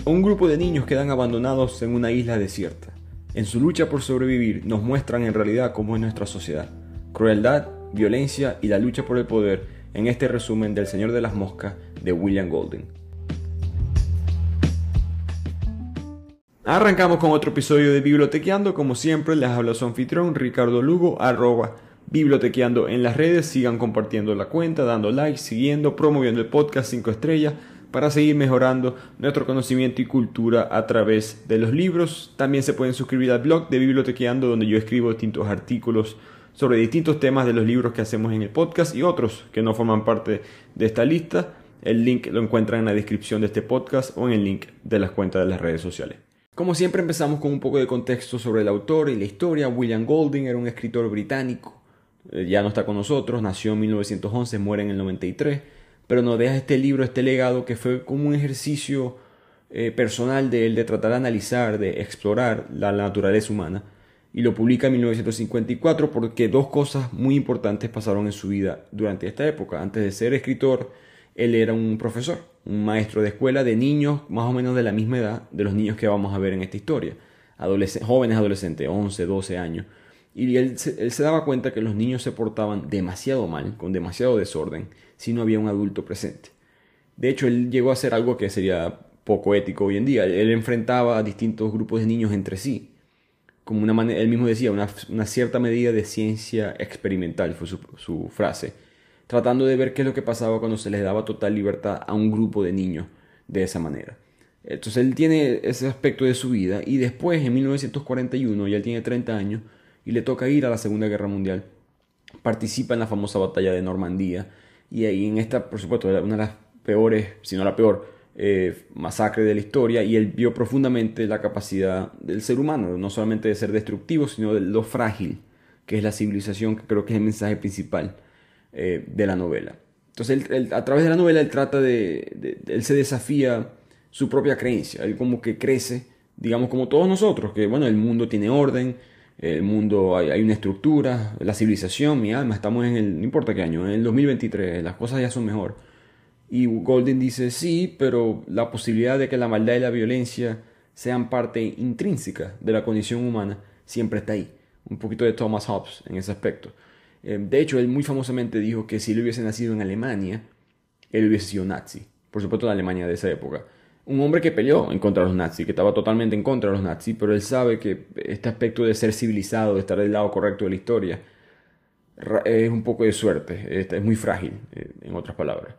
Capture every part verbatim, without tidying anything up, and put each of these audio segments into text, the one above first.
Un grupo de niños quedan abandonados en una isla desierta. En su lucha por sobrevivir nos muestran en realidad cómo es nuestra sociedad. Crueldad, violencia y la lucha por el poder en este resumen del Señor de las Moscas de William Golding. Arrancamos con otro episodio de Bibliotequeando. Como siempre les habla su anfitrión Ricardo Lugo, arroba Bibliotequeando en las redes. Sigan compartiendo la cuenta, dando like, siguiendo, promoviendo el podcast cinco estrellas para seguir mejorando nuestro conocimiento y cultura a través de los libros. También se pueden suscribir al blog de Bibliotequeando, donde yo escribo distintos artículos sobre distintos temas de los libros que hacemos en el podcast y otros que no forman parte de esta lista. El link lo encuentran en la descripción de este podcast o en el link de las cuentas de las redes sociales. Como siempre empezamos con un poco de contexto sobre el autor y la historia. William Golding era un escritor británico, eh, ya no está con nosotros, nació en mil novecientos once, muere en el noventa y tres, pero nos deja este libro, este legado que fue como un ejercicio eh, personal de él, de tratar de analizar, de explorar la, la naturaleza humana, y lo publica en mil novecientos cincuenta y cuatro porque dos cosas muy importantes pasaron en su vida durante esta época. Antes de ser escritor, él era un profesor, un maestro de escuela de niños más o menos de la misma edad de los niños que vamos a ver en esta historia, Adolesc- jóvenes adolescentes, once, doce años, y él se, él se daba cuenta que los niños se portaban demasiado mal, con demasiado desorden, si no había un adulto presente. De hecho, él llegó a hacer algo que sería poco ético hoy en día. Él enfrentaba a distintos grupos de niños entre sí, como una manera, él mismo decía, una, una cierta medida de ciencia experimental, fue su, su frase, tratando de ver qué es lo que pasaba cuando se les daba total libertad a un grupo de niños de esa manera. Entonces él tiene ese aspecto de su vida, y después en mil novecientos cuarenta y uno, ya él tiene treinta años, y le toca ir a la Segunda Guerra Mundial. Participa en la famosa batalla de Normandía, y ahí en esta, por supuesto, una de las peores, si no la peor, eh, masacre de la historia, y él vio profundamente la capacidad del ser humano, no solamente de ser destructivo, sino de lo frágil que es la civilización, que creo que es el mensaje principal eh, de la novela. Entonces, él, él, a través de la novela, él trata de, de, de, él se desafía su propia creencia, él como que crece, digamos como todos nosotros, que bueno, el mundo tiene orden, el mundo hay, hay una estructura, la civilización, mi alma, estamos en el, no importa qué año, en el dos mil veintitrés, las cosas ya son mejor. Y Golding dice, sí, pero la posibilidad de que la maldad y la violencia sean parte intrínseca de la condición humana siempre está ahí. Un poquito de Thomas Hobbes en ese aspecto. Eh, de hecho, él muy famosamente dijo que si él hubiese nacido en Alemania, él hubiese sido nazi. Por supuesto, la Alemania de esa época. Un hombre que peleó en contra de los nazis, que estaba totalmente en contra de los nazis, pero él sabe que este aspecto de ser civilizado, de estar del lado correcto de la historia, es un poco de suerte, es muy frágil, en otras palabras.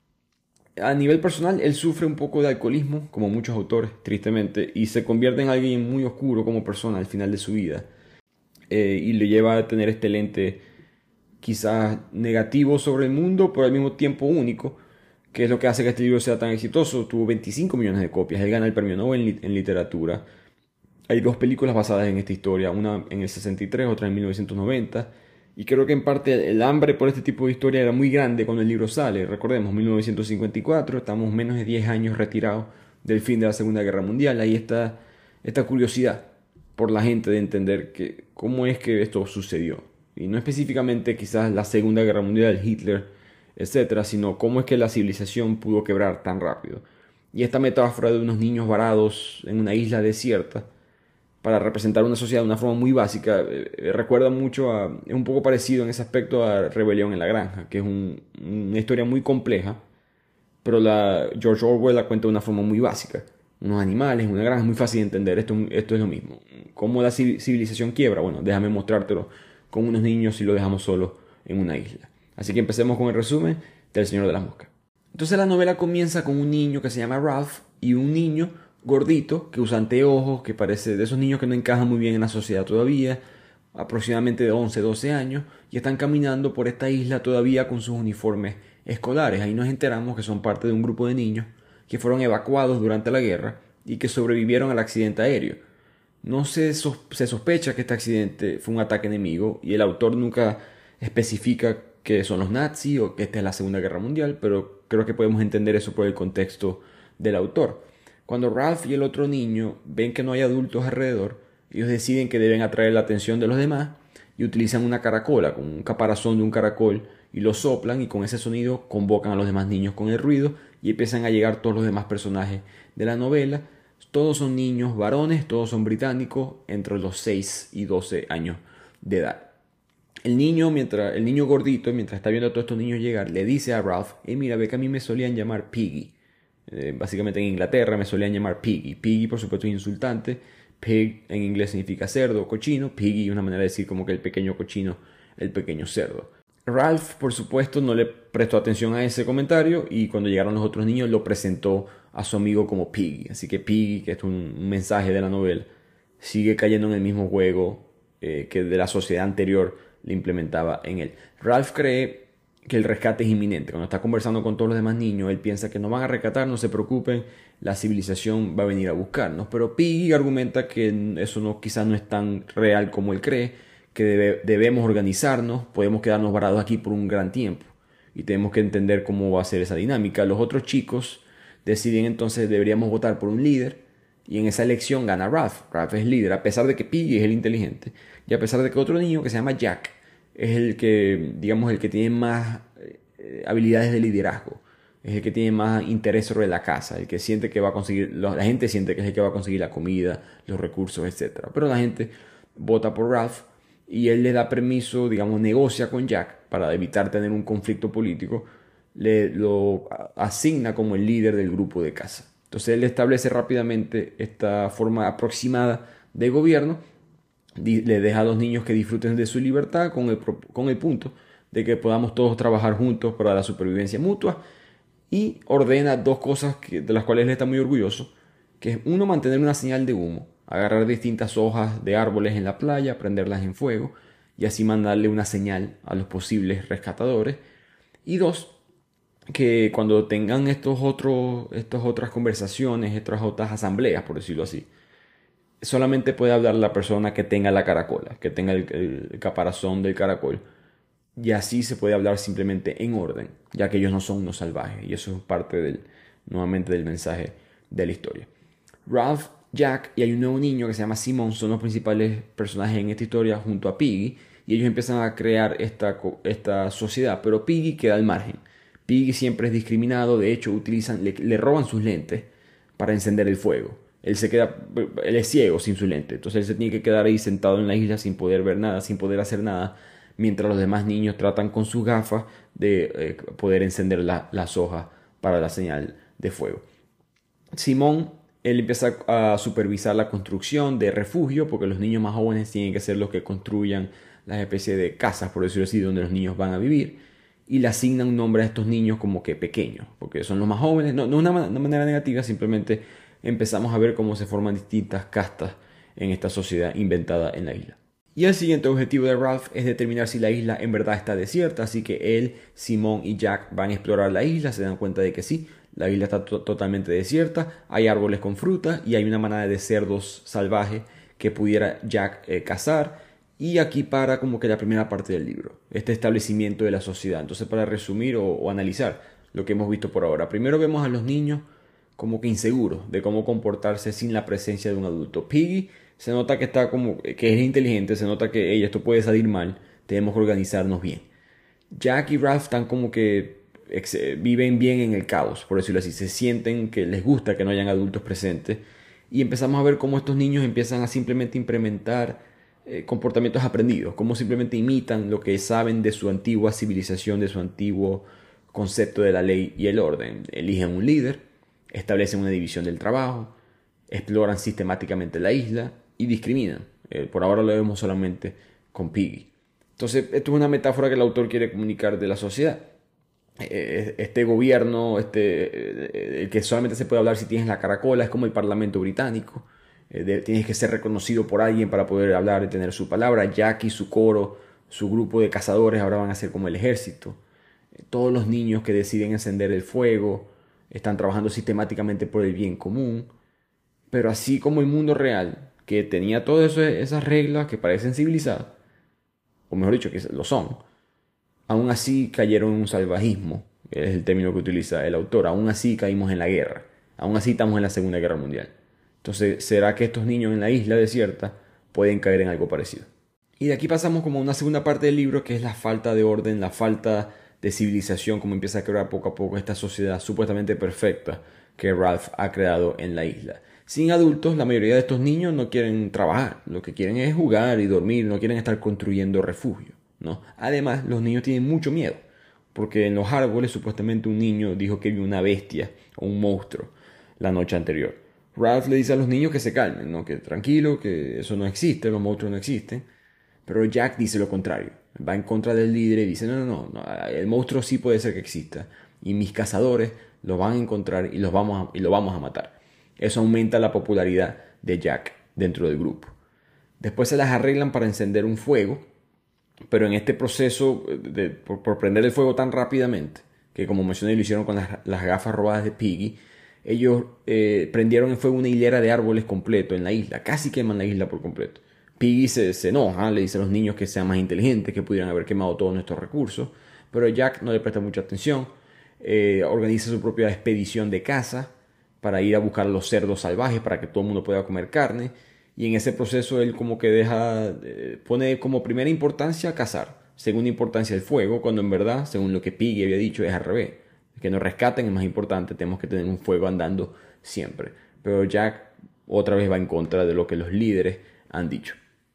A nivel personal, él sufre un poco de alcoholismo, como muchos autores, tristemente, y se convierte en alguien muy oscuro como persona al final de su vida. Eh, y le lleva a tener este lente quizás negativo sobre el mundo, pero al mismo tiempo único, que es lo que hace que este libro sea tan exitoso. Tuvo veinticinco millones de copias, él gana el premio Nobel en literatura. Hay dos películas basadas en esta historia, una en el sesenta y tres, otra en mil novecientos noventa, y creo que en parte el hambre por este tipo de historia era muy grande cuando el libro sale. Recordemos, mil novecientos cincuenta y cuatro, estamos menos de diez años retirados del fin de la Segunda Guerra Mundial. Ahí está esta curiosidad por la gente de entender que, cómo es que esto sucedió. Y no específicamente quizás la Segunda Guerra Mundial, Hitler, etcétera, sino cómo es que la civilización pudo quebrar tan rápido. Y esta metáfora de unos niños varados en una isla desierta para representar una sociedad de una forma muy básica, eh, recuerda mucho a, es un poco parecido en ese aspecto a Rebelión en la Granja, que es un, una historia muy compleja, pero la, George Orwell la cuenta de una forma muy básica. Unos animales, una granja, es muy fácil de entender. Esto, esto es lo mismo. ¿Cómo la civilización quiebra? Bueno, déjame mostrártelo con unos niños si lo dejamos solo en una isla. Así que empecemos con el resumen del Señor de las Moscas. Entonces la novela comienza con un niño que se llama Ralph y un niño gordito que usa anteojos, que parece de esos niños que no encajan muy bien en la sociedad todavía, aproximadamente de once, doce años, y están caminando por esta isla todavía con sus uniformes escolares. Ahí nos enteramos que son parte de un grupo de niños que fueron evacuados durante la guerra y que sobrevivieron al accidente aéreo. No se, sos- se sospecha que este accidente fue un ataque enemigo, y el autor nunca especifica que son los nazis o que esta es la Segunda Guerra Mundial, pero creo que podemos entender eso por el contexto del autor. Cuando Ralph y el otro niño ven que no hay adultos alrededor, ellos deciden que deben atraer la atención de los demás y utilizan una caracola, con un caparazón de un caracol y lo soplan y con ese sonido convocan a los demás niños con el ruido y empiezan a llegar todos los demás personajes de la novela. Todos son niños varones, todos son británicos entre los seis y doce años de edad. El niño, mientras, el niño gordito, mientras está viendo a todos estos niños llegar, le dice a Ralph, hey, mira, ve que a mí me solían llamar Piggy. Eh, básicamente en Inglaterra me solían llamar Piggy. Piggy, por supuesto, es insultante. Pig en inglés significa cerdo, cochino. Piggy es una manera de decir como que el pequeño cochino, el pequeño cerdo. Ralph, por supuesto, no le prestó atención a ese comentario y cuando llegaron los otros niños lo presentó a su amigo como Piggy. Así que Piggy, que es un, un mensaje de la novela, sigue cayendo en el mismo juego eh, que de la sociedad anterior le implementaba en él. Ralph cree que el rescate es inminente. Cuando está conversando con todos los demás niños, él piensa que nos van a rescatar, no se preocupen, la civilización va a venir a buscarnos. Pero Piggy argumenta que eso no, quizás no es tan real como él cree, que debe, debemos organizarnos, podemos quedarnos varados aquí por un gran tiempo y tenemos que entender cómo va a ser esa dinámica. Los otros chicos deciden entonces deberíamos votar por un líder y en esa elección gana Ralph. Ralph es líder, a pesar de que Piggy es el inteligente y a pesar de que otro niño que se llama Jack es el que, digamos, el que tiene más eh, habilidades de liderazgo, es el que tiene más interés sobre la casa, el que siente que va a conseguir, la gente siente que es el que va a conseguir la comida, los recursos, etcétera. Pero la gente vota por Ralph y él le da permiso, digamos, negocia con Jack para evitar tener un conflicto político, le lo asigna como el líder del grupo de casa. Entonces él establece rápidamente esta forma aproximada de gobierno, le deja a los niños que disfruten de su libertad con el, con el punto de que podamos todos trabajar juntos para la supervivencia mutua y ordena dos cosas que, de las cuales él está muy orgulloso, que es uno, mantener una señal de humo, agarrar distintas hojas de árboles en la playa, prenderlas en fuego y así mandarle una señal a los posibles rescatadores. Y dos, que cuando tengan estos otros, estas otras conversaciones, estas otras asambleas, por decirlo así, solamente puede hablar la persona que tenga la caracola, que tenga el, el caparazón del caracol. Y así se puede hablar simplemente en orden, ya que ellos no son unos salvajes. Y eso es parte del, nuevamente del mensaje de la historia. Ralph, Jack y hay un nuevo niño que se llama Simon son los principales personajes en esta historia junto a Piggy. Y ellos empiezan a crear esta, esta sociedad, pero Piggy queda al margen. Piggy siempre es discriminado, de hecho utilizan, le, le roban sus lentes para encender el fuego. Él se queda, él es ciego sin su lente, entonces él se tiene que quedar ahí sentado en la isla sin poder ver nada, sin poder hacer nada, mientras los demás niños tratan con sus gafas de eh, poder encender la, las hojas para la señal de fuego. Simón, él empieza a supervisar la construcción de refugio, porque los niños más jóvenes tienen que ser los que construyan las especies de casas, por decirlo así, donde los niños van a vivir, y le asignan un nombre a estos niños como que pequeños, porque son los más jóvenes, no, no una, una manera negativa, simplemente empezamos a ver cómo se forman distintas castas en esta sociedad inventada en la isla. Y el siguiente objetivo de Ralph es determinar si la isla en verdad está desierta, así que él, Simón y Jack van a explorar la isla, se dan cuenta de que sí, la isla está to- totalmente desierta, hay árboles con fruta y hay una manada de cerdos salvajes que pudiera Jack eh, cazar. Y aquí para como que la primera parte del libro, este establecimiento de la sociedad. Entonces, para resumir o, o analizar lo que hemos visto por ahora, primero vemos a los niños como que inseguros de cómo comportarse sin la presencia de un adulto. Piggy se nota que está como que es inteligente, se nota que hey, esto puede salir mal, tenemos que organizarnos bien. Jack y Ralph están como que ex- viven bien en el caos, por decirlo así, se sienten que les gusta que no hayan adultos presentes y empezamos a ver cómo estos niños empiezan a simplemente implementar eh, comportamientos aprendidos, cómo simplemente imitan lo que saben de su antigua civilización, de su antiguo concepto de la ley y el orden. Eligen un líder, establecen una división del trabajo, exploran sistemáticamente la isla y discriminan. Eh, por ahora lo vemos solamente con Piggy. Entonces, esto es una metáfora que el autor quiere comunicar de la sociedad. Eh, este gobierno, este, eh, el que solamente se puede hablar si tienes la caracola, es como el Parlamento británico. Eh, de, tienes que ser reconocido por alguien para poder hablar y tener su palabra. Jack y su coro, su grupo de cazadores ahora van a ser como el ejército. Eh, todos los niños que deciden encender el fuego están trabajando sistemáticamente por el bien común. Pero así como el mundo real, que tenía todas esas reglas que parecen civilizadas, o mejor dicho, que lo son, aún así cayeron en un salvajismo, que es el término que utiliza el autor. Aún así caímos en la guerra. Aún así estamos en la Segunda Guerra Mundial. Entonces, ¿será que estos niños en la isla desierta pueden caer en algo parecido? Y de aquí pasamos como a una segunda parte del libro, que es la falta de orden, la falta de civilización, cómo empieza a crear poco a poco esta sociedad supuestamente perfecta que Ralph ha creado en la isla. Sin adultos, la mayoría de estos niños no quieren trabajar, lo que quieren es jugar y dormir, no quieren estar construyendo refugio, ¿no? Además, los niños tienen mucho miedo, porque en los árboles supuestamente un niño dijo que vio una bestia o un monstruo la noche anterior. Ralph le dice a los niños que se calmen, ¿no? Que tranquilo, que eso no existe, los monstruos no existen. Pero Jack dice lo contrario, va en contra del líder y dice, no, no, no, no, el monstruo sí puede ser que exista, y mis cazadores lo van a encontrar y, los vamos a, y lo vamos a matar. Eso aumenta la popularidad de Jack dentro del grupo. Después se las arreglan para encender un fuego, pero en este proceso, de, por, por prender el fuego tan rápidamente, que como mencioné lo hicieron con las, las gafas robadas de Piggy, ellos eh, prendieron en fuego una hilera de árboles completo en la isla, casi queman la isla por completo. Piggy se, se enoja, le dice a los niños que sean más inteligentes, que pudieran haber quemado todos nuestros recursos, pero Jack no le presta mucha atención, eh, organiza su propia expedición de caza para ir a buscar los cerdos salvajes para que todo el mundo pueda comer carne, y en ese proceso él como que deja, eh, pone como primera importancia cazar, segunda importancia el fuego, cuando en verdad, según lo que Piggy había dicho, es al revés. Que nos rescaten es más importante, tenemos que tener un fuego andando siempre. Pero Jack otra vez va en contra de lo que los líderes han dicho.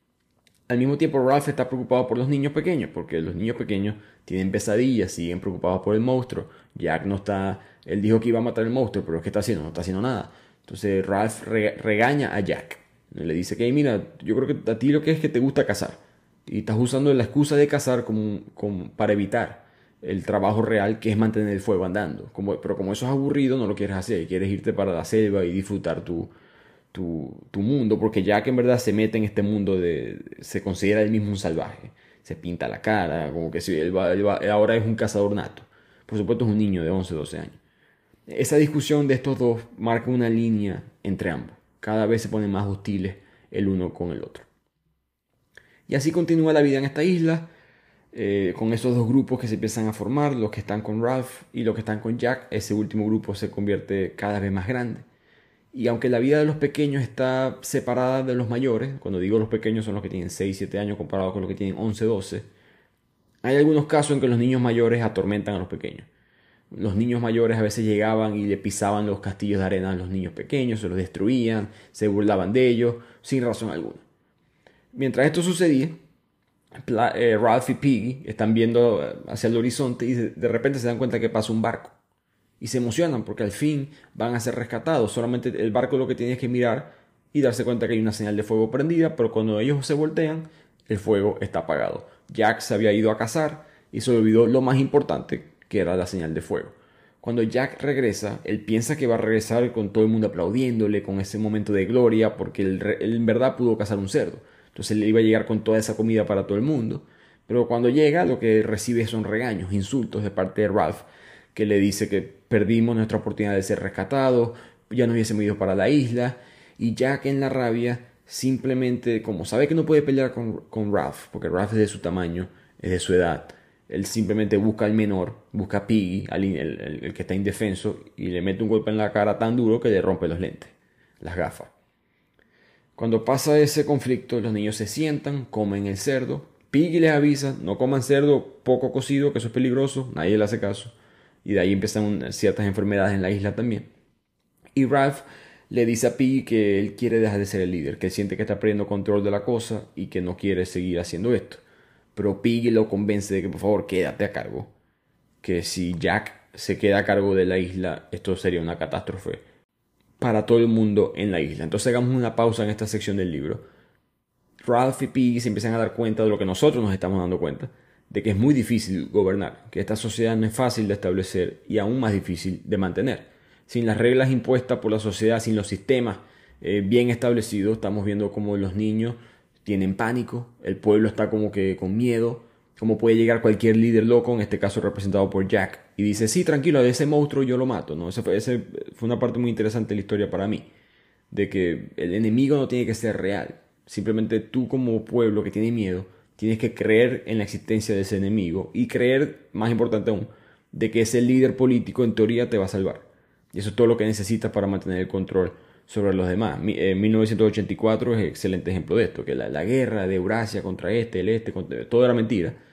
Al mismo tiempo Ralph está preocupado por los niños pequeños, porque los niños pequeños tienen pesadillas, siguen preocupados por el monstruo. Jack no está, él dijo que iba a matar al monstruo, pero ¿qué está haciendo? No está haciendo nada. Entonces Ralph re, regaña a Jack. Le dice que, hey, mira, yo creo que a ti lo que es que te gusta cazar. Y estás usando la excusa de cazar como, como para evitar el trabajo real, que es mantener el fuego andando. Como, pero como eso es aburrido, no lo quieres hacer. Quieres irte para la selva y disfrutar tu, tu, tu mundo, porque Jack en verdad se mete en este mundo de... se considera él mismo un salvaje. Se pinta la cara, como que si él, va, él, va, él ahora es un cazador nato. Por supuesto es un niño de once, doce años. Esa discusión de estos dos marca una línea entre ambos. Cada vez se ponen más hostiles el uno con el otro. Y así continúa la vida en esta isla, eh, con esos dos grupos que se empiezan a formar, los que están con Ralph y los que están con Jack. Ese último grupo se convierte cada vez más grande. Y aunque la vida de los pequeños está separada de los mayores, cuando digo los pequeños son los que tienen seis, siete años comparados con los que tienen once, doce, hay algunos casos en que los niños mayores atormentan a los pequeños. Los niños mayores a veces llegaban y le pisaban los castillos de arena a los niños pequeños, se los destruían, se burlaban de ellos, sin razón alguna. Mientras esto sucedía, Ralph y Piggy están viendo hacia el horizonte y de repente se dan cuenta que pasa un barco. Y se emocionan porque al fin van a ser rescatados. Solamente el barco lo que tiene es que mirar y darse cuenta que hay una señal de fuego prendida, pero cuando ellos se voltean, el fuego está apagado. Jack se había ido a cazar y se le olvidó lo más importante, que era la señal de fuego. Cuando Jack regresa, él piensa que va a regresar con todo el mundo aplaudiéndole, con ese momento de gloria, porque él, él en verdad pudo cazar un cerdo. Entonces él iba a llegar con toda esa comida para todo el mundo. Pero cuando llega, lo que recibe son regaños, insultos de parte de Ralph, que le dice que perdimos nuestra oportunidad de ser rescatados, ya nos hubiésemos ido para la isla. Y Jack, en la rabia, simplemente, como sabe que no puede pelear con, con Ralph, porque Ralph es de su tamaño, es de su edad, él simplemente busca al menor, busca a Piggy, al, el, el, el que está indefenso, y le mete un golpe en la cara tan duro que le rompe los lentes, las gafas. Cuando pasa ese conflicto, los niños se sientan, comen el cerdo. Piggy les avisa, no coman cerdo poco cocido, que eso es peligroso, nadie le hace caso. Y de ahí empiezan ciertas enfermedades en la isla también. Y Ralph le dice a Piggy que él quiere dejar de ser el líder, que él siente que está perdiendo control de la cosa y que no quiere seguir haciendo esto. Pero Piggy lo convence de que por favor quédate a cargo. Que si Jack se queda a cargo de la isla, esto sería una catástrofe para todo el mundo en la isla. Entonces hagamos una pausa en esta sección del libro. Ralph y Piggy se empiezan a dar cuenta de lo que nosotros nos estamos dando cuenta, de que es muy difícil gobernar, que esta sociedad no es fácil de establecer y aún más difícil de mantener. Sin las reglas impuestas por la sociedad, sin los sistemas eh, bien establecidos, estamos viendo cómo los niños tienen pánico, el pueblo está como que con miedo, cómo puede llegar cualquier líder loco, en este caso representado por Jack, y dice, sí, tranquilo, de ese monstruo yo lo mato, ¿no? Ese fue, ese fue una parte muy interesante de la historia para mí, de que el enemigo no tiene que ser real, simplemente tú como pueblo que tiene miedo, tienes que creer en la existencia de ese enemigo, y creer, más importante aún, de que ese líder político en teoría te va a salvar, y eso es todo lo que necesitas para mantener el control sobre los demás. En mil novecientos ochenta y cuatro es excelente ejemplo de esto, que la, la guerra de Eurasia contra este, el este, contra, todo era mentira.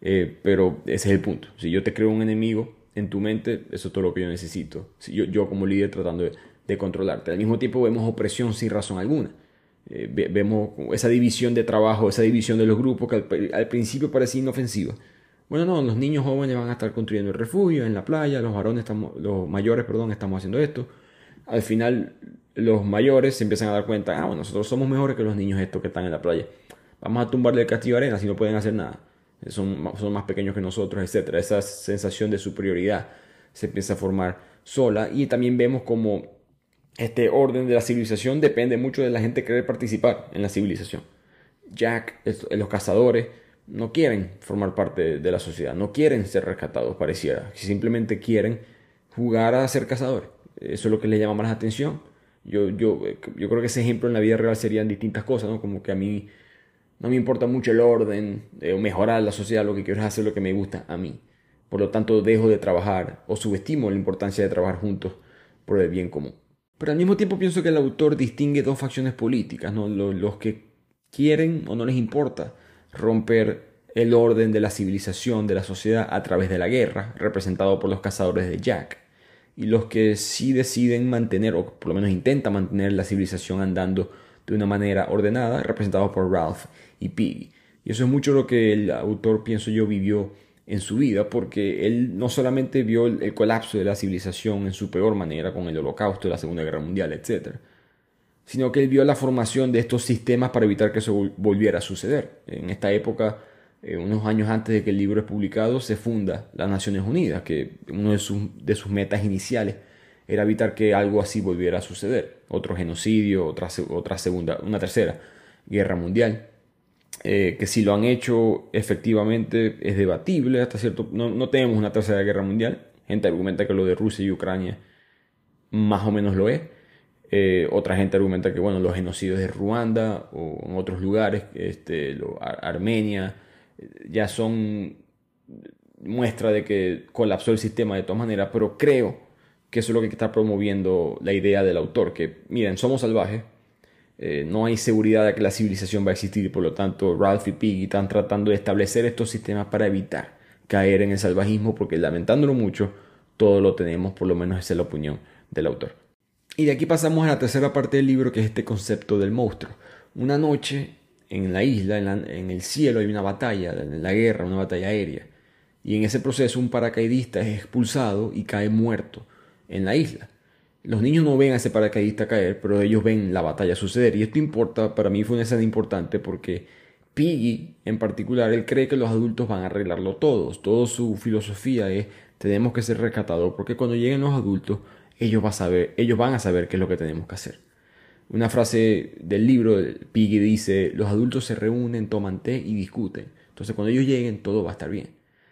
Eh, pero ese es el punto. Si yo te creo un enemigo en tu mente, eso es todo lo que yo necesito. Si yo, yo como líder tratando de, de controlarte. Al mismo tiempo vemos opresión sin razón alguna. Eh, ve, vemos esa división de trabajo, esa división de los grupos que al, al principio parecía inofensiva. Bueno, no, los niños jóvenes van a estar construyendo el refugio en la playa, los varones estamos, los mayores, perdón, estamos haciendo esto. Al final los mayores se empiezan a dar cuenta, ah, bueno, nosotros somos mejores que los niños estos que están en la playa. Vamos a tumbarle el castillo de arena si no pueden hacer nada. Son, son más pequeños que nosotros, etcétera. Esa sensación de superioridad se empieza a formar sola. Y también vemos como este orden de la civilización depende mucho de la gente querer participar en la civilización. Jack, los cazadores, no quieren formar parte de la sociedad, no quieren ser rescatados, pareciera. Simplemente quieren jugar a ser cazadores. Eso es lo que les llama más la atención. Yo, yo, yo creo que ese ejemplo en la vida real serían distintas cosas, ¿no? Como que a mí no me importa mucho el orden eh, o mejorar la sociedad, lo que quiero es hacer lo que me gusta a mí. Por lo tanto, dejo de trabajar o subestimo la importancia de trabajar juntos por el bien común. Pero al mismo tiempo pienso que el autor distingue dos facciones políticas, ¿no? Los, los que quieren o no les importa romper el orden de la civilización, de la sociedad a través de la guerra, representado por los cazadores de Jack, y los que sí deciden mantener, o por lo menos intentan mantener la civilización andando de una manera ordenada, representados por Ralph y Piggy. Y eso es mucho lo que el autor, pienso yo, vivió en su vida, porque él no solamente vio el, el colapso de la civilización en su peor manera, con el Holocausto, la Segunda Guerra Mundial, etcétera, sino que él vio la formación de estos sistemas para evitar que eso volviera a suceder. En esta época, eh, unos años antes de que el libro es publicado, se funda las Naciones Unidas, que uno de sus, de sus metas iniciales era evitar que algo así volviera a suceder. Otro genocidio, otra, otra segunda, una tercera guerra mundial. Eh, que si lo han hecho efectivamente es debatible hasta cierto. No, no tenemos una tercera guerra mundial. Gente argumenta que lo de Rusia y Ucrania más o menos lo es. Eh, otra gente argumenta que bueno, los genocidios de Ruanda o en otros lugares, este, lo, Ar Armenia, ya son muestra de que colapsó el sistema de todas maneras, pero creo que eso es lo que está promoviendo la idea del autor, que miren, somos salvajes, eh, no hay seguridad de que la civilización va a existir, por lo tanto Ralph y Piggy están tratando de establecer estos sistemas para evitar caer en el salvajismo, porque lamentándolo mucho, todo lo tenemos, por lo menos esa es la opinión del autor. Y de aquí pasamos a la tercera parte del libro, que es este concepto del monstruo. Una noche en la isla, en, la, en el cielo, hay una batalla, en la guerra, una batalla aérea. Y en ese proceso un paracaidista es expulsado y cae muerto en la isla. Los niños no ven a ese paracaidista caer, pero ellos ven la batalla suceder. Y esto importa, para mí fue una escena importante porque Piggy, en particular, él cree que los adultos van a arreglarlo todos. Toda su filosofía es, tenemos que ser rescatados, porque cuando lleguen los adultos, ellos, va a saber, ellos van a saber qué es lo que tenemos que hacer. Una frase del libro, Piggy dice, los adultos se reúnen, toman té y discuten. Entonces cuando ellos lleguen, todo va a estar bien.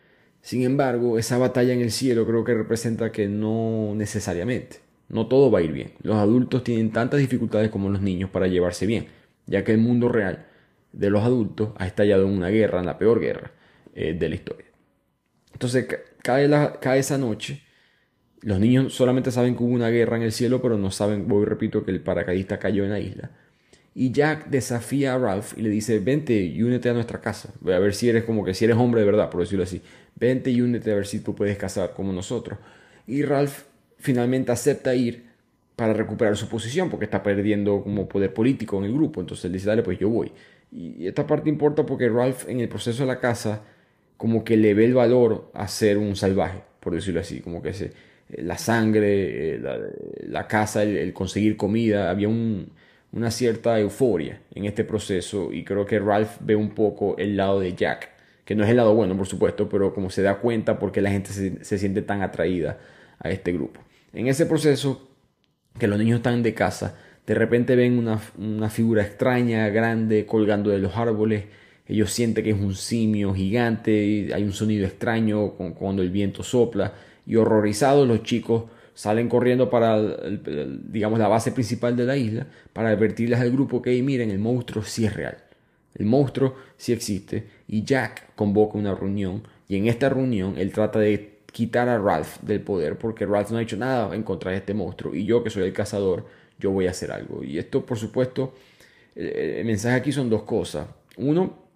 Sin embargo, esa batalla en el cielo creo que representa que no necesariamente, no todo va a ir bien. Los adultos tienen tantas dificultades como los niños para llevarse bien, ya que el mundo real de los adultos ha estallado en una guerra, en la peor guerra eh, de la historia. Entonces cae, la, cae esa noche, los niños solamente saben que hubo una guerra en el cielo, pero no saben, voy y repito, que el paracaidista cayó en la isla. Y Jack desafía a Ralph y le dice, vente y únete a nuestra casa. A ver si eres como que si eres hombre de verdad, por decirlo así. Vente y únete a ver si tú puedes cazar como nosotros. Y Ralph finalmente acepta ir para recuperar su posición porque está perdiendo como poder político en el grupo. Entonces él dice, dale, pues yo voy. Y esta parte importa porque Ralph en el proceso de la caza como que le ve el valor a ser un salvaje, por decirlo así. Como que se, la sangre, la, la caza, el, el conseguir comida, había un... una cierta euforia en este proceso y creo que Ralph ve un poco el lado de Jack, que no es el lado bueno por supuesto, pero como se da cuenta porque la gente se, se siente tan atraída a este grupo. En ese proceso que los niños están de casa, de repente ven una, una figura extraña, grande, colgando de los árboles. Ellos sienten que es un simio gigante, y hay un sonido extraño cuando el viento sopla y horrorizados los chicos salen corriendo para, el, el, digamos, la base principal de la isla para advertirles al grupo que, hey, miren, el monstruo sí es real. El monstruo sí existe. Y Jack convoca una reunión. Y en esta reunión él trata de quitar a Ralph del poder porque Ralph no ha hecho nada en contra de este monstruo. Y yo, que soy el cazador, yo voy a hacer algo. Y esto, por supuesto, el, el mensaje aquí son dos cosas. Uno,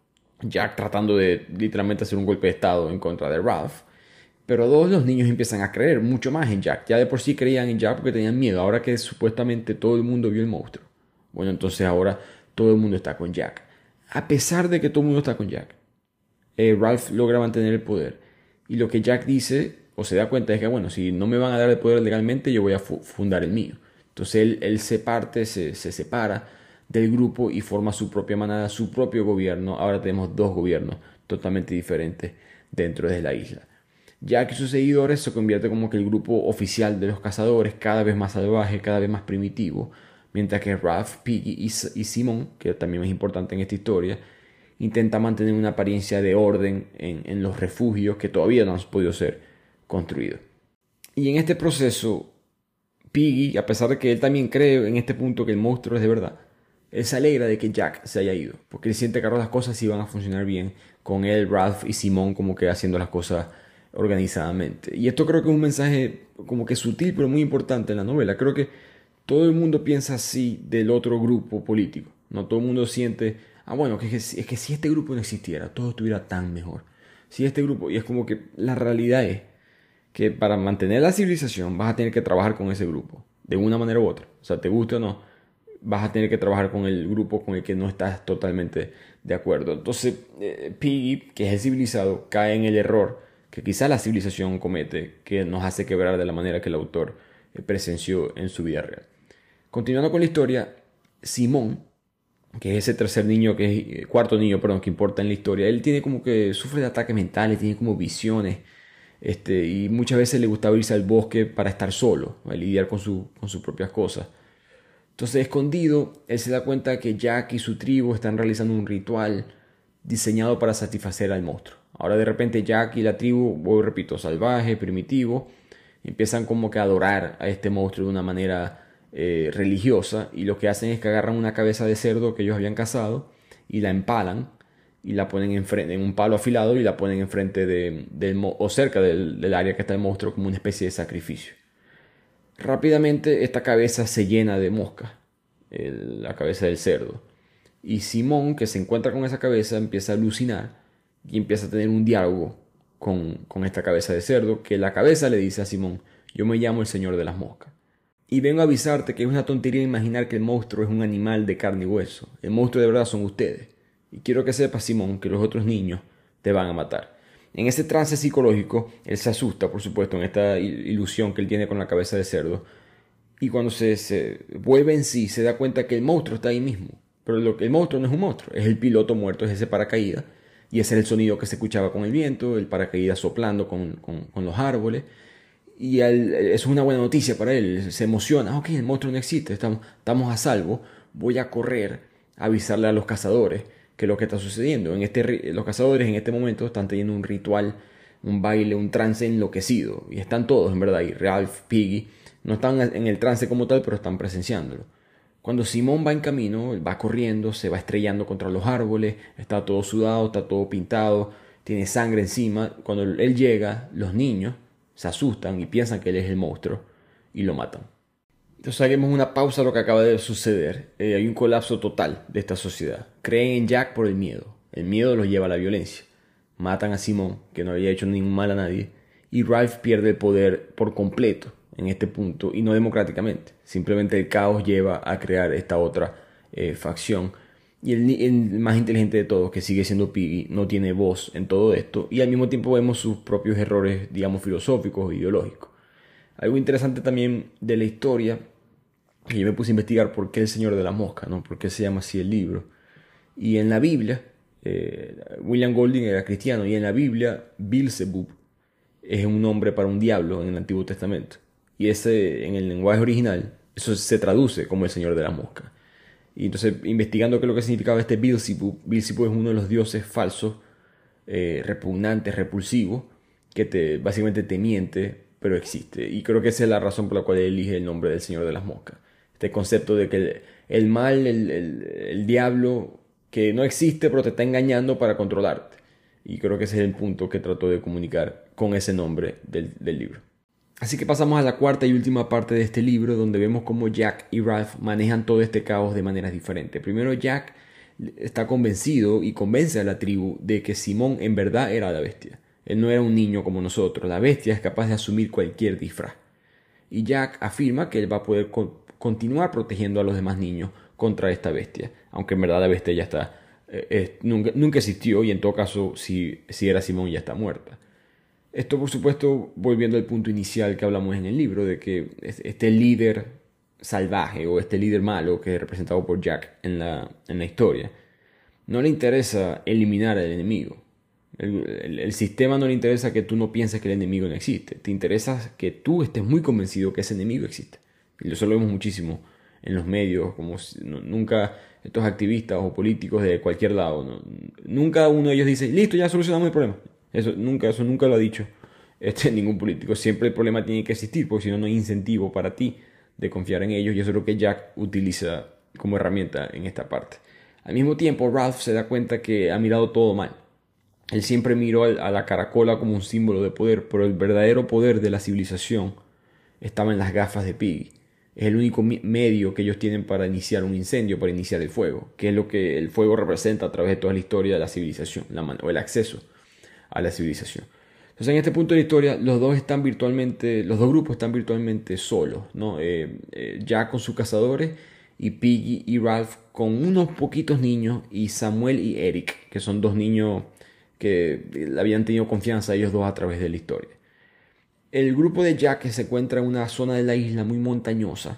Jack tratando de literalmente hacer un golpe de estado en contra de Ralph. Pero dos de los niños empiezan a creer mucho más en Jack. Ya de por sí creían en Jack porque tenían miedo. Ahora que supuestamente todo el mundo vio el monstruo. Bueno, entonces ahora todo el mundo está con Jack. A pesar de que todo el mundo está con Jack, eh, Ralph logra mantener el poder. Y lo que Jack dice, o se da cuenta, es que, bueno, si no me van a dar el poder legalmente, yo voy a fu- fundar el mío. Entonces él, él se parte, se, se separa del grupo y forma su propia manada, su propio gobierno. Ahora tenemos dos gobiernos totalmente diferentes dentro de la isla. Jack y sus seguidores se convierte como que el grupo oficial de los cazadores, cada vez más salvaje, cada vez más primitivo, mientras que Ralph, Piggy y, y Simon, que también es importante en esta historia, intenta mantener una apariencia de orden en, en los refugios que todavía no han podido ser construidos. Y en este proceso, Piggy, a pesar de que él también cree en este punto que el monstruo es de verdad, él se alegra de que Jack se haya ido, porque él siente que ahora las cosas sí van a funcionar bien con él, Ralph y Simon como que haciendo las cosas organizadamente. Y esto creo que es un mensaje como que sutil pero muy importante en la novela. Creo que todo el mundo piensa así del otro grupo político. No todo el mundo siente, ah bueno, que es, que, es que si este grupo no existiera, todo estuviera tan mejor. Si este grupo, y es como que la realidad es que para mantener la civilización vas a tener que trabajar con ese grupo, de una manera u otra. O sea, te guste o no, vas a tener que trabajar con el grupo con el que no estás totalmente de acuerdo. Entonces, eh, Piggy, que es el civilizado, cae en el error que quizá la civilización comete, que nos hace quebrar de la manera que el autor eh, presenció en su vida real. Continuando con la historia, Simón, que es ese tercer niño, que es eh, cuarto niño, perdón, que importa en la historia, él tiene como que sufre de ataques mentales, tiene como visiones, este, y muchas veces le gustaba irse al bosque para estar solo, a lidiar con, su, con sus propias cosas. Entonces, escondido, él se da cuenta que Jack y su tribu están realizando un ritual diseñado para satisfacer al monstruo. Ahora de repente Jack y la tribu, voy repito, salvaje, primitivo, empiezan como que a adorar a este monstruo de una manera eh, religiosa, y lo que hacen es que agarran una cabeza de cerdo que ellos habían cazado y la empalan y la ponen enfrente, en un palo afilado, y la ponen enfrente de, del, o cerca del, del área que está el monstruo, como una especie de sacrificio. Rápidamente esta cabeza se llena de moscas, el, la cabeza del cerdo. Y Simón, que se encuentra con esa cabeza, empieza a alucinar y empieza a tener un diálogo con, con esta cabeza de cerdo, que la cabeza le dice a Simón: yo me llamo el Señor de las Moscas. Y vengo a avisarte que es una tontería imaginar que el monstruo es un animal de carne y hueso. El monstruo de verdad son ustedes. Y quiero que sepas, Simón, que los otros niños te van a matar. En ese trance psicológico, él se asusta, por supuesto, en esta ilusión que él tiene con la cabeza de cerdo. Y cuando se, se vuelve en sí, se da cuenta que el monstruo está ahí mismo. Pero lo que el monstruo no es un monstruo, es el piloto muerto, es ese paracaídas. Y ese es el sonido que se escuchaba con el viento, el paracaídas soplando con, con, con los árboles. Y él, eso es una buena noticia para él, se emociona: ok, el monstruo no existe, estamos, estamos a salvo, voy a correr a avisarle a los cazadores que es lo que está sucediendo. En este, los cazadores en este momento están teniendo un ritual, un baile, un trance enloquecido, y están todos en verdad, y Ralph, Piggy, no están en el trance como tal, pero están presenciándolo. Cuando Simón va en camino, él va corriendo, se va estrellando contra los árboles, está todo sudado, está todo pintado, tiene sangre encima. Cuando él llega, los niños se asustan y piensan que él es el monstruo y lo matan. Entonces haremos una pausa a lo que acaba de suceder. Eh, hay un colapso total de esta sociedad. Creen en Jack por el miedo. El miedo los lleva a la violencia. Matan a Simón, que no había hecho ningún mal a nadie, y Ralph pierde el poder por completo en este punto, y no democráticamente. Simplemente el caos lleva a crear esta otra eh, facción. Y el, el más inteligente de todos, que sigue siendo Piggy, no tiene voz en todo esto, y al mismo tiempo vemos sus propios errores, digamos, filosóficos o ideológicos. Algo interesante también de la historia, que yo me puse a investigar por qué el Señor de la Mosca, ¿no? Por qué se llama así el libro. Y en la Biblia, eh, William Golding era cristiano, y en la Biblia Beelzebub es un nombre para un diablo en el Antiguo Testamento. Y ese, en el lenguaje original, eso se traduce como el Señor de la Mosca. Y entonces, investigando qué es lo que significaba este Beelzebub, Beelzebub es uno de los dioses falsos, eh, repugnantes, repulsivos, que te, básicamente te miente, pero existe. Y creo que esa es la razón por la cual él elige el nombre del Señor de las Moscas. Este concepto de que el, el mal, el, el, el diablo, que no existe, pero te está engañando para controlarte. Y creo que ese es el punto que trató de comunicar con ese nombre del, del libro. Así que pasamos a la cuarta y última parte de este libro, donde vemos cómo Jack y Ralph manejan todo este caos de maneras diferentes. Primero, Jack está convencido y convence a la tribu de que Simón en verdad era la bestia. Él no era un niño como nosotros. La bestia es capaz de asumir cualquier disfraz. Y Jack afirma que él va a poder co- continuar protegiendo a los demás niños contra esta bestia. Aunque en verdad la bestia ya está, eh, eh, nunca, nunca existió, y en todo caso, si, si era Simón, ya está muerta. Esto, por supuesto, volviendo al punto inicial que hablamos en el libro, de que este líder salvaje o este líder malo que es representado por Jack en la, en la historia, no le interesa eliminar al enemigo. El, el, el sistema no le interesa que tú no pienses que el enemigo no existe. Te interesa que tú estés muy convencido que ese enemigo existe. Y eso lo vemos muchísimo en los medios, como si, no, nunca estos activistas o políticos de cualquier lado, no, nunca uno de ellos dice, listo, ya solucionamos el problema. Eso nunca, eso nunca lo ha dicho este, ningún político. Siempre el problema tiene que existir, porque si no, no hay incentivo para ti de confiar en ellos, y eso es lo que Jack utiliza como herramienta en esta parte. Al mismo tiempo, Ralph se da cuenta que ha mirado todo mal. Él siempre miró a la caracola como un símbolo de poder, pero el verdadero poder de la civilización estaba en las gafas de Piggy. Es el único medio que ellos tienen para iniciar un incendio, para iniciar el fuego, que es lo que el fuego representa a través de toda la historia de la civilización, la mano, o el acceso a la civilización. Entonces, en este punto de la historia, los dos están virtualmente, los dos grupos están virtualmente solos, ¿no? Eh, eh, Jack con sus cazadores y Piggy y Ralph con unos poquitos niños, y Samuel y Eric, que son dos niños que habían tenido confianza ellos dos a través de la historia. El grupo de Jack se encuentra en una zona de la isla muy montañosa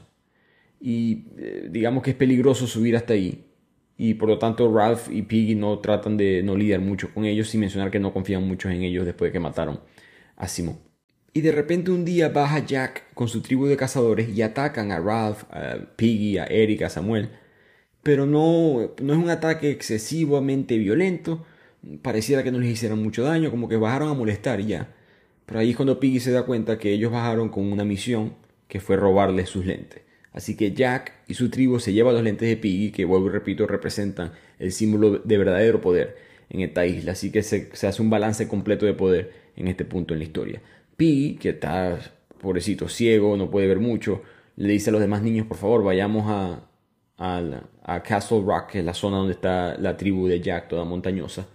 y eh, digamos que es peligroso subir hasta ahí, y por lo tanto Ralph y Piggy no tratan de no lidiar mucho con ellos, sin mencionar que no confían mucho en ellos después de que mataron a Simón. Y de repente un día baja Jack con su tribu de cazadores y atacan a Ralph, a Piggy, a Eric, a Samuel, pero no, no es un ataque excesivamente violento. Pareciera que no les hicieron mucho daño, como que bajaron a molestar y ya. Pero ahí es cuando Piggy se da cuenta que ellos bajaron con una misión, que fue robarles sus lentes. Así que Jack y su tribu se llevan los lentes de Piggy, que vuelvo y repito, representan el símbolo de verdadero poder en esta isla. Así que se, se hace un balance completo de poder en este punto en la historia. Piggy, que está pobrecito, ciego, no puede ver mucho, le dice a los demás niños, por favor, vayamos a, a, a Castle Rock, que es la zona donde está la tribu de Jack, toda montañosa,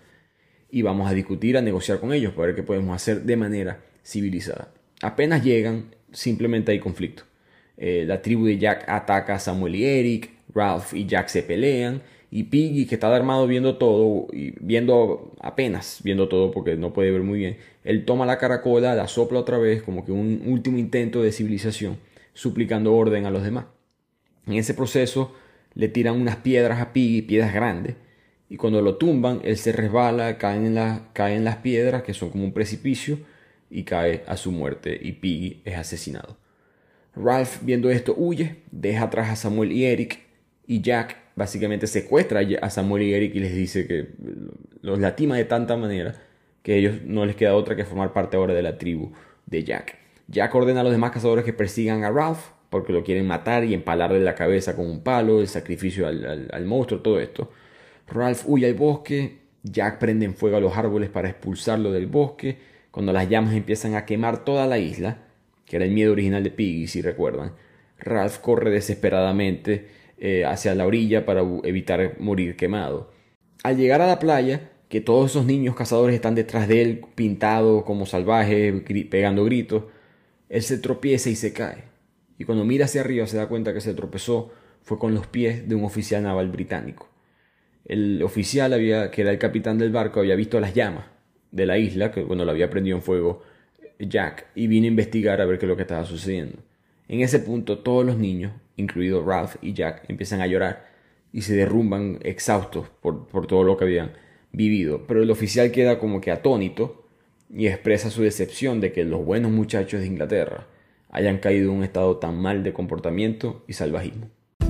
y vamos a discutir, a negociar con ellos para ver qué podemos hacer de manera civilizada. Apenas llegan, simplemente hay conflicto. Eh, la tribu de Jack ataca a Samuel y Eric, Ralph y Jack se pelean, y Piggy, que está armado viendo todo, y viendo apenas, viendo todo porque no puede ver muy bien, él toma la caracola, la sopla otra vez como que un último intento de civilización, suplicando orden a los demás. En ese proceso le tiran unas piedras a Piggy, piedras grandes, y cuando lo tumban, él se resbala, cae en, la, cae en las piedras, que son como un precipicio, y cae a su muerte, y Piggy es asesinado. Ralph, viendo esto, huye, deja atrás a Samuel y Eric, y Jack básicamente secuestra a Samuel y Eric y les dice que los lastima de tanta manera que a ellos no les queda otra que formar parte ahora de la tribu de Jack. Jack ordena a los demás cazadores que persigan a Ralph, porque lo quieren matar y empalarle la cabeza con un palo, el sacrificio al, al, al monstruo, todo esto. Ralph huye al bosque, Jack prende en fuego a los árboles para expulsarlo del bosque. Cuando las llamas empiezan a quemar toda la isla, que era el miedo original de Piggy, si recuerdan, Ralph corre desesperadamente eh, hacia la orilla para evitar morir quemado. Al llegar a la playa, que todos esos niños cazadores están detrás de él, pintados como salvajes, gri- pegando gritos, él se tropieza y se cae. Y cuando mira hacia arriba se da cuenta que se tropezó fue con los pies de un oficial naval británico. El oficial, había, que era el capitán del barco, había visto las llamas de la isla, que cuando lo había prendido en fuego Jack, y vino a investigar a ver qué es lo que estaba sucediendo. En ese punto todos los niños, incluidos Ralph y Jack, empiezan a llorar y se derrumban exhaustos por, por todo lo que habían vivido. Pero el oficial queda como que atónito y expresa su decepción de que los buenos muchachos de Inglaterra hayan caído en un estado tan mal de comportamiento y salvajismo.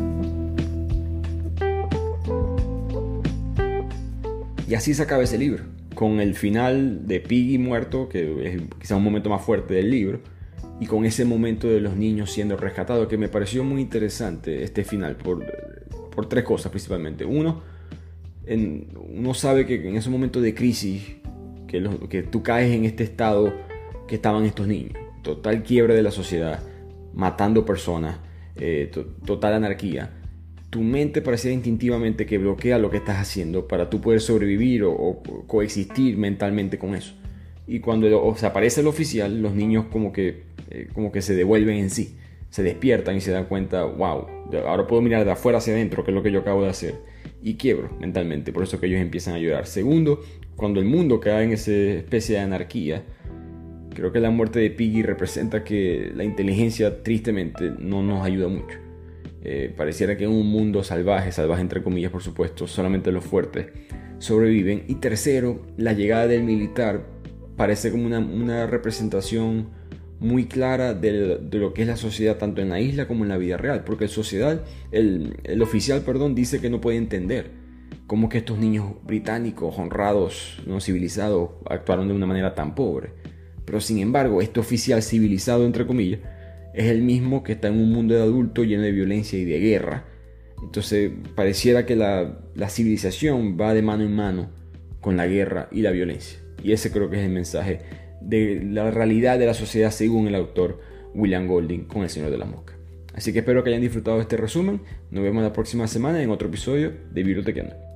Y así se acaba ese libro, con el final de Piggy muerto, que es quizá un momento más fuerte del libro, y con ese momento de los niños siendo rescatados, que me pareció muy interesante este final, por, por tres cosas principalmente. Uno, en, uno sabe que en ese momento de crisis, que, los, que tú caes en este estado que estaban estos niños, total quiebre de la sociedad, matando personas, eh, to, total anarquía. tu mente pareciera instintivamente que bloquea lo que estás haciendo para tú poder sobrevivir o, o coexistir mentalmente con eso. Y cuando o sea, aparece el oficial, los niños como que, eh, como que se devuelven en sí, se despiertan y se dan cuenta, wow, ahora puedo mirar de afuera hacia adentro, que es lo que yo acabo de hacer, y quiebro mentalmente, por eso que ellos empiezan a llorar. Segundo, cuando el mundo cae en esa especie de anarquía, creo que la muerte de Piggy representa que la inteligencia tristemente no nos ayuda mucho. Eh, pareciera que en un mundo salvaje, salvaje entre comillas por supuesto, solamente los fuertes sobreviven. Y tercero, la llegada del militar parece como una, una representación muy clara de, de lo que es la sociedad tanto en la isla como en la vida real, porque el, sociedad, el, el oficial perdón, dice que no puede entender cómo que estos niños británicos honrados, no civilizados, actuaron de una manera tan pobre. Pero sin embargo, este oficial civilizado entre comillas es el mismo que está en un mundo de adultos lleno de violencia y de guerra. Entonces pareciera que la, la civilización va de mano en mano con la guerra y la violencia. Y ese creo que es el mensaje de la realidad de la sociedad según el autor William Golding con El Señor de las Moscas. Así que espero que hayan disfrutado de este resumen. Nos vemos la próxima semana en otro episodio de Bibliotequeando.